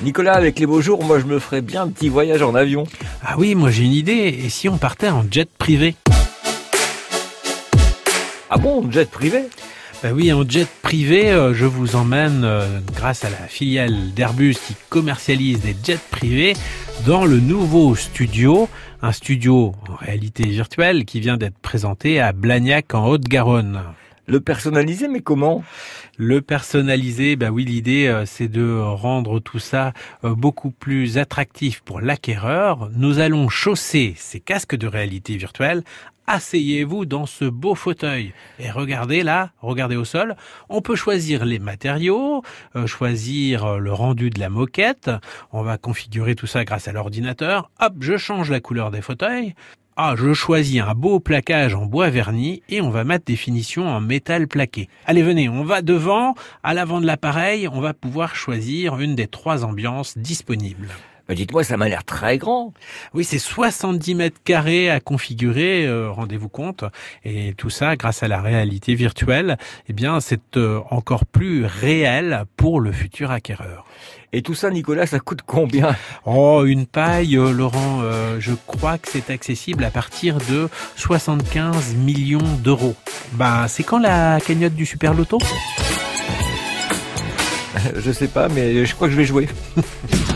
Nicolas, avec les beaux jours, moi je me ferais bien un petit voyage en avion. Ah oui, moi j'ai une idée. Et si on partait en jet privé? Ah bon, jet privé? Ben oui, en jet privé, je vous emmène, grâce à la filiale d'Airbus qui commercialise des jets privés, dans le nouveau studio, un studio en réalité virtuelle qui vient d'être présenté à Blagnac en Haute-Garonne. Le personnaliser, mais comment? Le personnaliser, bah oui, l'idée c'est de rendre tout ça beaucoup plus attractif pour l'acquéreur. Nous allons chausser ces casques de réalité virtuelle. Asseyez-vous dans ce beau fauteuil et regardez là, regardez au sol. On peut choisir les matériaux, choisir le rendu de la moquette. On va configurer tout ça grâce à l'ordinateur. Hop, je change la couleur des fauteuils. Ah, je choisis un beau plaquage en bois verni et on va mettre des finitions en métal plaqué. Allez, venez, on va devant, à l'avant de l'appareil, on va pouvoir choisir une des 3 ambiances disponibles. Dites-moi, ça m'a l'air très grand. Oui, c'est 70 mètres carrés à configurer, rendez-vous compte. Et tout ça, grâce à la réalité virtuelle, eh bien, c'est encore plus réel pour le futur acquéreur. Et tout ça, Nicolas, ça coûte combien? Oh, une paille, Laurent, je crois que c'est accessible à partir de 75 millions d'euros. Bah, c'est quand la cagnotte du Super Loto? Je sais pas, mais je crois que je vais jouer.